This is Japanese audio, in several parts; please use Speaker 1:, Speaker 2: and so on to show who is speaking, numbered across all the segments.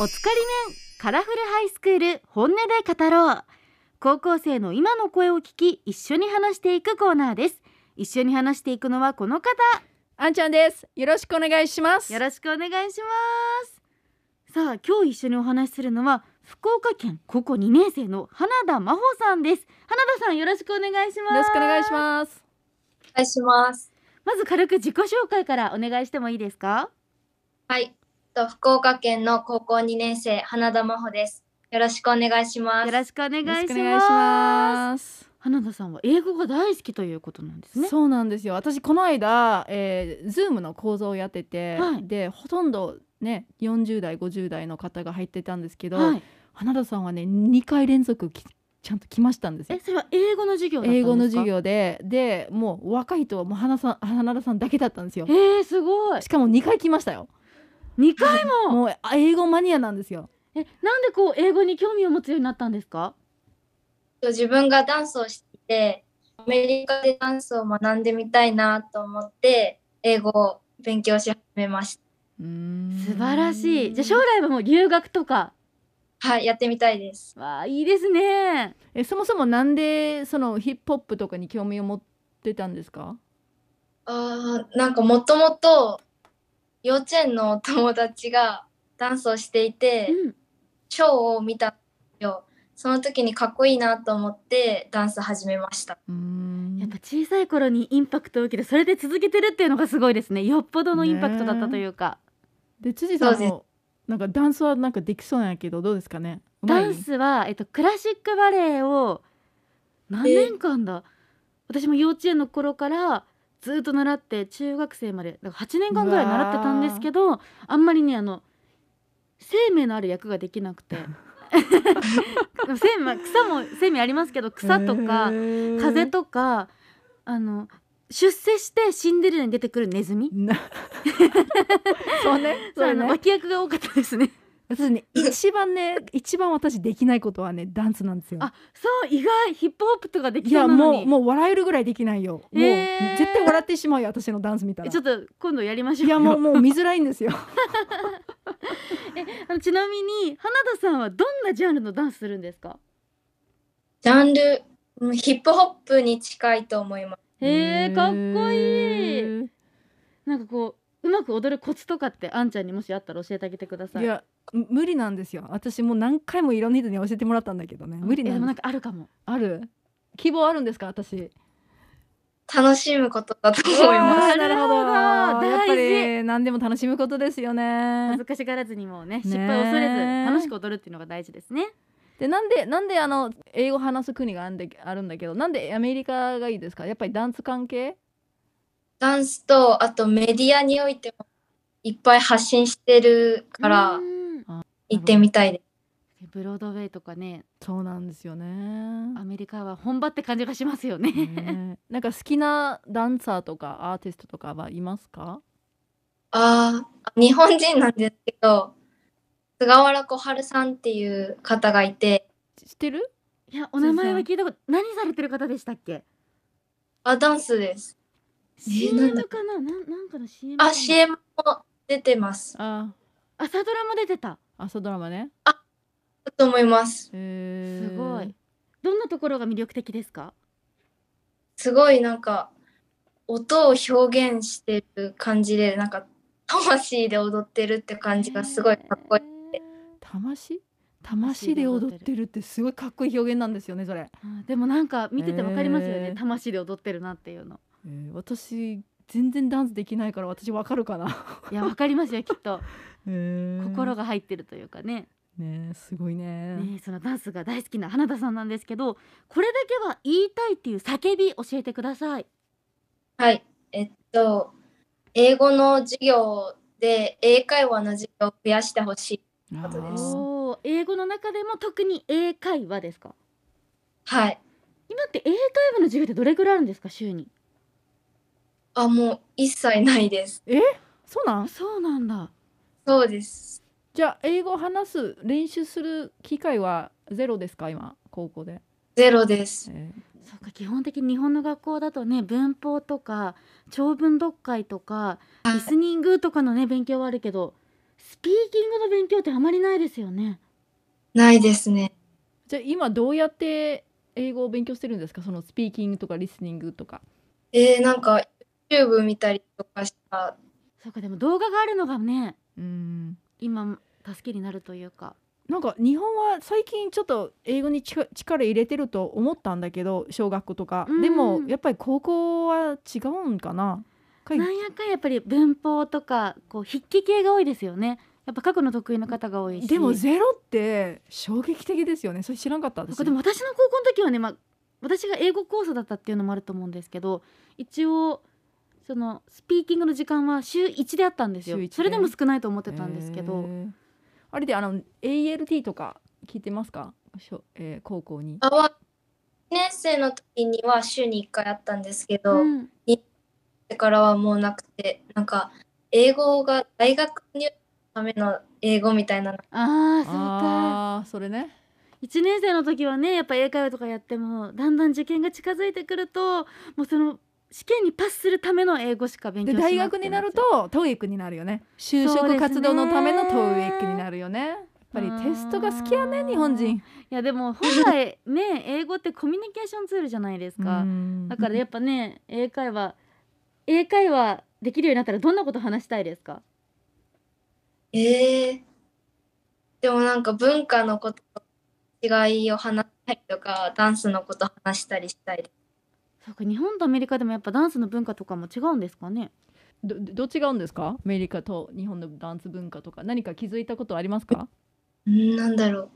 Speaker 1: おつかり面カラフルハイスクール本音で語ろう。高校生の今の声を聞き一緒に話していくコーナーです。一緒に話していくのはこの方、
Speaker 2: あんちゃんです。よろしくお願いします。
Speaker 1: よろしくお願いします。さあ、今日一緒にお話しするのは福岡県高校2年生の花田真帆さんです。花田さん、よろしくお願いします。
Speaker 2: よろしくお願いします。
Speaker 3: お願いします。
Speaker 1: まず軽く自己紹介からお願いしてもいいですか？
Speaker 3: はい。福岡県の高校2年生花田真帆です。よろしくお願いします。
Speaker 1: よろしくお願いし
Speaker 2: よろしくお願いし
Speaker 1: ます。
Speaker 2: ます。
Speaker 1: 花田さんは英語が大好きということなんですね。
Speaker 2: そうなんですよ。私この間、Zoom の講座をやってて、
Speaker 1: はい、
Speaker 2: でほとんどね40代50代の方が入ってたんですけど、
Speaker 1: はい、
Speaker 2: 花田さんはね2回連続ちゃんと来ましたんですよ。
Speaker 1: それは英語の授業だったんですか？
Speaker 2: 英語の授業でもう若い人はもう花田さんだけだったんですよ。
Speaker 1: すごい。
Speaker 2: しかも2回来ましたよ。
Speaker 1: 2回も
Speaker 2: もう英語マニアなんですよ。
Speaker 1: なんでこう英語に興味を持つようになったんですか？
Speaker 3: 自分がダンスをしていて、アメリカでダンスを学んでみたいなと思って英語を勉強し始めました。
Speaker 1: 素晴らしい。じゃあ将来はもう留学とか。
Speaker 3: はい、やってみたいです。
Speaker 1: わあ、いいですね。
Speaker 2: そもそもなんでそのヒップホップとかに興味を持ってたんですか？
Speaker 3: なんかもともと幼稚園のお友達がダンスをしていて、ショーを見たんですよ。その時にかっこいいなと思ってダンス始めました。
Speaker 1: やっぱ小さい頃にインパクトを受けてそれで続けてるっていうのがすごいですね。よっぽどのインパクトだったというか。
Speaker 2: で辻さんもなんかダンスはなんかできそうなんやけどどうですかね？
Speaker 1: ダンスは、クラシックバレエを何年間だ、私も幼稚園の頃からずっと習って中学生までだから8年間ぐらい習ってたんですけど、あんまりね生命のある役ができなくて草も生命ありますけど、草とか風とか出世してシンデレラに出てくるネズミ
Speaker 2: そうね、
Speaker 1: 脇役が多かったですね。
Speaker 2: 私ね一番私できないことはねダンスなんですよ。
Speaker 1: そう、意外。ヒップホップとかできそうなのに。
Speaker 2: いやもう笑えるぐらいできないよ。もう絶対笑ってしまうよ、私のダンス見たら。
Speaker 1: ちょっと今度やりましょうよ。
Speaker 2: いやもう見づらいんですよ
Speaker 1: ちなみに花田さんはどんなジャンルのダンスするんですか？
Speaker 3: ジャンル、ヒップホップに近いと思います。
Speaker 1: かっこいい。なんかこううまく踊るコツとかってあんちゃんにもしあったら教えてあげてください。
Speaker 2: いや無理なんですよ。私もう何回もいろんな人に教えてもらったんだけどね、無理なんです。
Speaker 1: でもなんかあるかも。
Speaker 2: ある希望あるんですか？私
Speaker 3: 楽しむことだと思います。
Speaker 2: なるほど。やっぱ
Speaker 1: 大
Speaker 2: り何でも楽しむことですよね。
Speaker 1: 恥ずかしがらずにもね、失敗を恐れず楽しく踊るっていうのが大事ですね。
Speaker 2: でなんで英語話す国があるんだけど、なんでアメリカがいいですか？やっぱりダンス関係？
Speaker 3: ダンスとあとメディアにおいてもいっぱい発信してるから行ってみたいです。
Speaker 1: ブロードウェイとかね。
Speaker 2: そうなんですよね。
Speaker 1: アメリカは本場って感じがしますよね。
Speaker 2: なんか好きなダンサーとかアーティストとかはいますか？
Speaker 3: 日本人なんですけど、菅原小春さんっていう方がいて。
Speaker 2: 知ってる？
Speaker 1: いや、お名前は聞いたこと。何されてる方でしたっけ？
Speaker 3: ダンスです。
Speaker 1: CM かな？なんかの CM。
Speaker 3: CM も出てます。
Speaker 1: 朝ドラも出てた。
Speaker 2: 朝ドラマね。
Speaker 3: だと思います。
Speaker 1: すごい。どんなところが魅力的ですか？
Speaker 3: すごいなんか音を表現してる感じで、なんか魂で踊ってるって感じがすごいかっこいい。
Speaker 2: 魂で踊ってるってすごいかっこいい表現なんですよね、それ。
Speaker 1: でもなんか見ててわかりますよね、魂で踊ってるなっていうの。
Speaker 2: 私全然ダンスできないから私わかるかな。
Speaker 1: いや、わかりますよきっと。心が入ってるというかね。
Speaker 2: すごいね。
Speaker 1: そのダンスが大好きな花田さんなんですけど、これだけは言いたいっていう叫び教えてください。
Speaker 3: はい、英語の授業で英会話の授業を増やしてほしいことです。
Speaker 1: 英語の中でも特に英会話ですか？
Speaker 3: はい。
Speaker 1: 今って英会話の授業ってどれくらいあるんですか、週に？
Speaker 3: もう一切ないです。
Speaker 1: そうなんだ。
Speaker 3: そうです。
Speaker 2: じゃあ英語を話す練習する機会はゼロですか？今高校で。
Speaker 3: ゼロです。
Speaker 1: そうか、基本的に日本の学校だとね、文法とか長文読解とかリスニングとかのね勉強はあるけど、 スピーキングの勉強ってあまりないですよね。
Speaker 3: ないですね。
Speaker 2: じゃあ今どうやって英語を勉強してるんですか？そのスピーキングとかリスニングとか。
Speaker 3: なんか YouTube 見たりとかした。
Speaker 1: そうか、でも動画があるのがね、
Speaker 2: 今
Speaker 1: 助けになるというか。
Speaker 2: なんか日本は最近ちょっと英語に力入れてると思ったんだけど、小学校とか、でもやっぱり高校は違うんかな。
Speaker 1: なんやかんやっぱり文法とかこう筆記系が多いですよね。やっぱ書くの得意な方が多いし。
Speaker 2: でもゼロって衝撃的ですよね。それ知らんかった私。
Speaker 1: でも私の高校の時はね、私が英語コースだったっていうのもあると思うんですけど、一応そのスピーキングの時間は週1であったんですよ。それでも少ないと思ってたんですけど、あれで
Speaker 2: ALT とか聞いてますか？高校に。
Speaker 3: 1年生の時には週に1回あったんですけど、2年生からはもうなくて、なんか英語が大学入学のための英語みたいなの。
Speaker 1: そうか。
Speaker 2: それね。
Speaker 1: 1年生の時はね、やっぱ英会話とかやってもだんだん受験が近づいてくると、もうその試験にパスするための英語しか勉強しなくて。
Speaker 2: で大学になると TOEIC になるよね。就職活動のための TOEIC になるよね。やっぱりテストが好きやね、日本人。
Speaker 1: いやでも本来ね英語ってコミュニケーションツールじゃないですか。だからやっぱね、英会話できるようになったらどんなこと話したいですか？
Speaker 3: でもなんか文化のこと違いを話したりとか、ダンスのこと話したりしたいです。
Speaker 1: そうか、日本とアメリカでもやっぱダンスの文化とかも違うんですかね。
Speaker 2: どう違うんですか？アメリカと日本のダンス文化とか何か気づいたことありますか？
Speaker 3: なんだろう。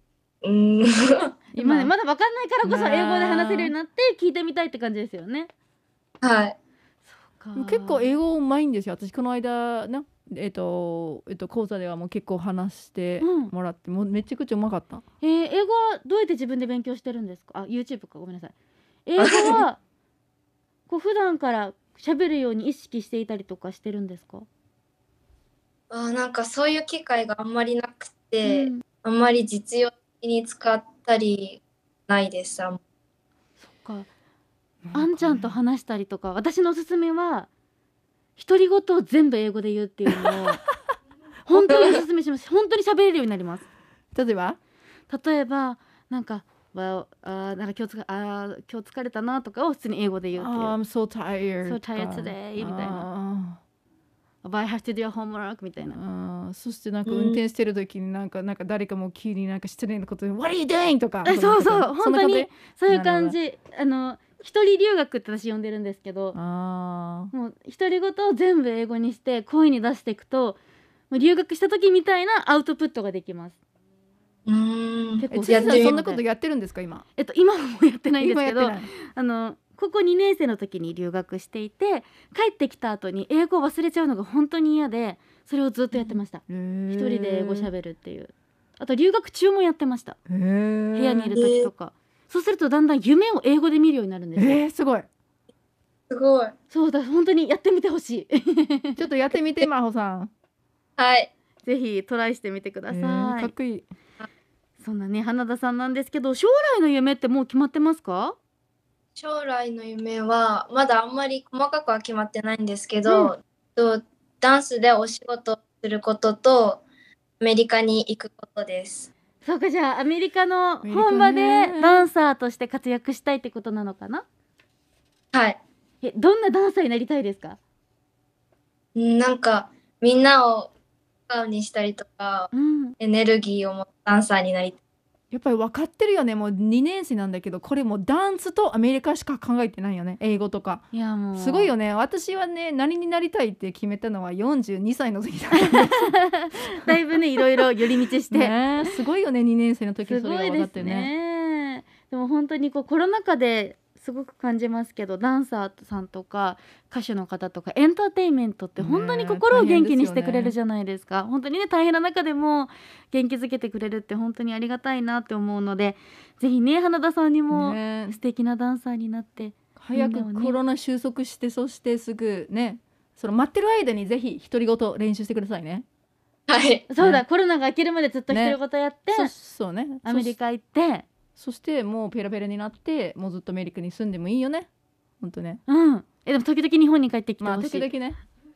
Speaker 1: 今ねまだ分かんないからこそ英語で話せるようになって聞いてみたいって感じですよね。
Speaker 3: はい。
Speaker 1: そうか。
Speaker 2: 結構英語うまいんですよ。私この間な講座ではもう結構話してもらって、もうめちゃくちゃうまかった。
Speaker 1: 英語はどうやって自分で勉強してるんですか？YouTube か、ごめんなさい。英語はこう普段から喋るように意識していたりとかしてるんですか？
Speaker 3: なんかそういう機会があんまりなくて、あんまり実用的に使ったりないです。そっ
Speaker 1: か。あんちゃんと話したりとか、私のおすすめは独り言を全部英語で言うっていうのを本当におすすめします。本当に喋れるようになります。
Speaker 2: 例えば
Speaker 1: なんかなんか今日疲れたなとかを普通に英語で言うっていう。
Speaker 2: I'm so tired.
Speaker 1: So tired today みたいな。But I have to do your homework みたいな。
Speaker 2: そしてなんか運転してる時になんか誰かも急になんか失礼なことで What are you doing? とか。
Speaker 1: そう本当にそういう感じ。一人留学って私呼んでるんですけど、もう独り言を全部英語にして声に出していくと、留学した時みたいなアウトプットができます。
Speaker 2: 結構そんなことやってるんですか今？
Speaker 1: 今はもうやってないんですけど、高校2年生の時に留学していて、帰ってきた後に英語を忘れちゃうのが本当に嫌で、それをずっとやってました。一人で英語喋るっていう。あと留学中もやってました。部屋にいる時とか。そうするとだんだん夢を英語で見るようになるんですよ。
Speaker 2: すごい。
Speaker 1: そうだ、本当にやってみてほしい。
Speaker 2: ちょっとやってみて、真帆さん。
Speaker 3: はい。
Speaker 1: ぜひトライしてみてください。
Speaker 2: かっこいい。
Speaker 1: そんなね、花田さんなんですけど、将来の夢ってもう決まってますか？
Speaker 3: 将来の夢はまだあんまり細かくは決まってないんですけど、ダンスでお仕事することとアメリカに行くことです。
Speaker 1: そうか、じゃあアメリカの本場でダンサーとして活躍したいってことなのかな？
Speaker 3: はい。
Speaker 1: どんなダンサーになりたいですか？
Speaker 3: なんかみんなを笑顔にしたりとか、エネルギーを持ったダンサーになりたい。
Speaker 2: やっぱり分かってるよね。もう2年生なんだけど、これもダンスとアメリカしか考えてないよね。英語とか。
Speaker 1: いやもう
Speaker 2: すごいよね。私はね、何になりたいって決めたのは42歳の時だ
Speaker 1: だいぶね、いろいろ寄り道して
Speaker 2: ね、すごいよね。2年生の時それが分かってね。
Speaker 1: すごいですね。でも本当にコロナ禍ですごく感じますけど、ダンサーさんとか歌手の方とかエンターテインメントって本当に心を元気にしてくれるじゃないですか。本当にね、大変な中でも元気づけてくれるって本当にありがたいなって思うので、ぜひね、花田さんにも素敵なダンサーになって、
Speaker 2: 早くコロナ収束して、そしてすぐね、その待ってる間にぜひ独り言練習してくださいね。
Speaker 3: はい。
Speaker 1: そうだ、コロナが明けるまでずっと独り言やって、
Speaker 2: そうね、
Speaker 1: アメリカ行って、
Speaker 2: そしてもうペラペラになってもうずっとアメリカに住んでもいいよね。本当ね。
Speaker 1: でも時々日本に帰ってきてほしい。
Speaker 2: 時々ね。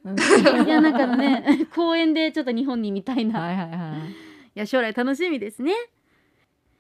Speaker 2: うん
Speaker 1: いやなんかね公園でちょっと日本にみたいな、
Speaker 2: はいはいはい。
Speaker 1: いや将来楽しみですね。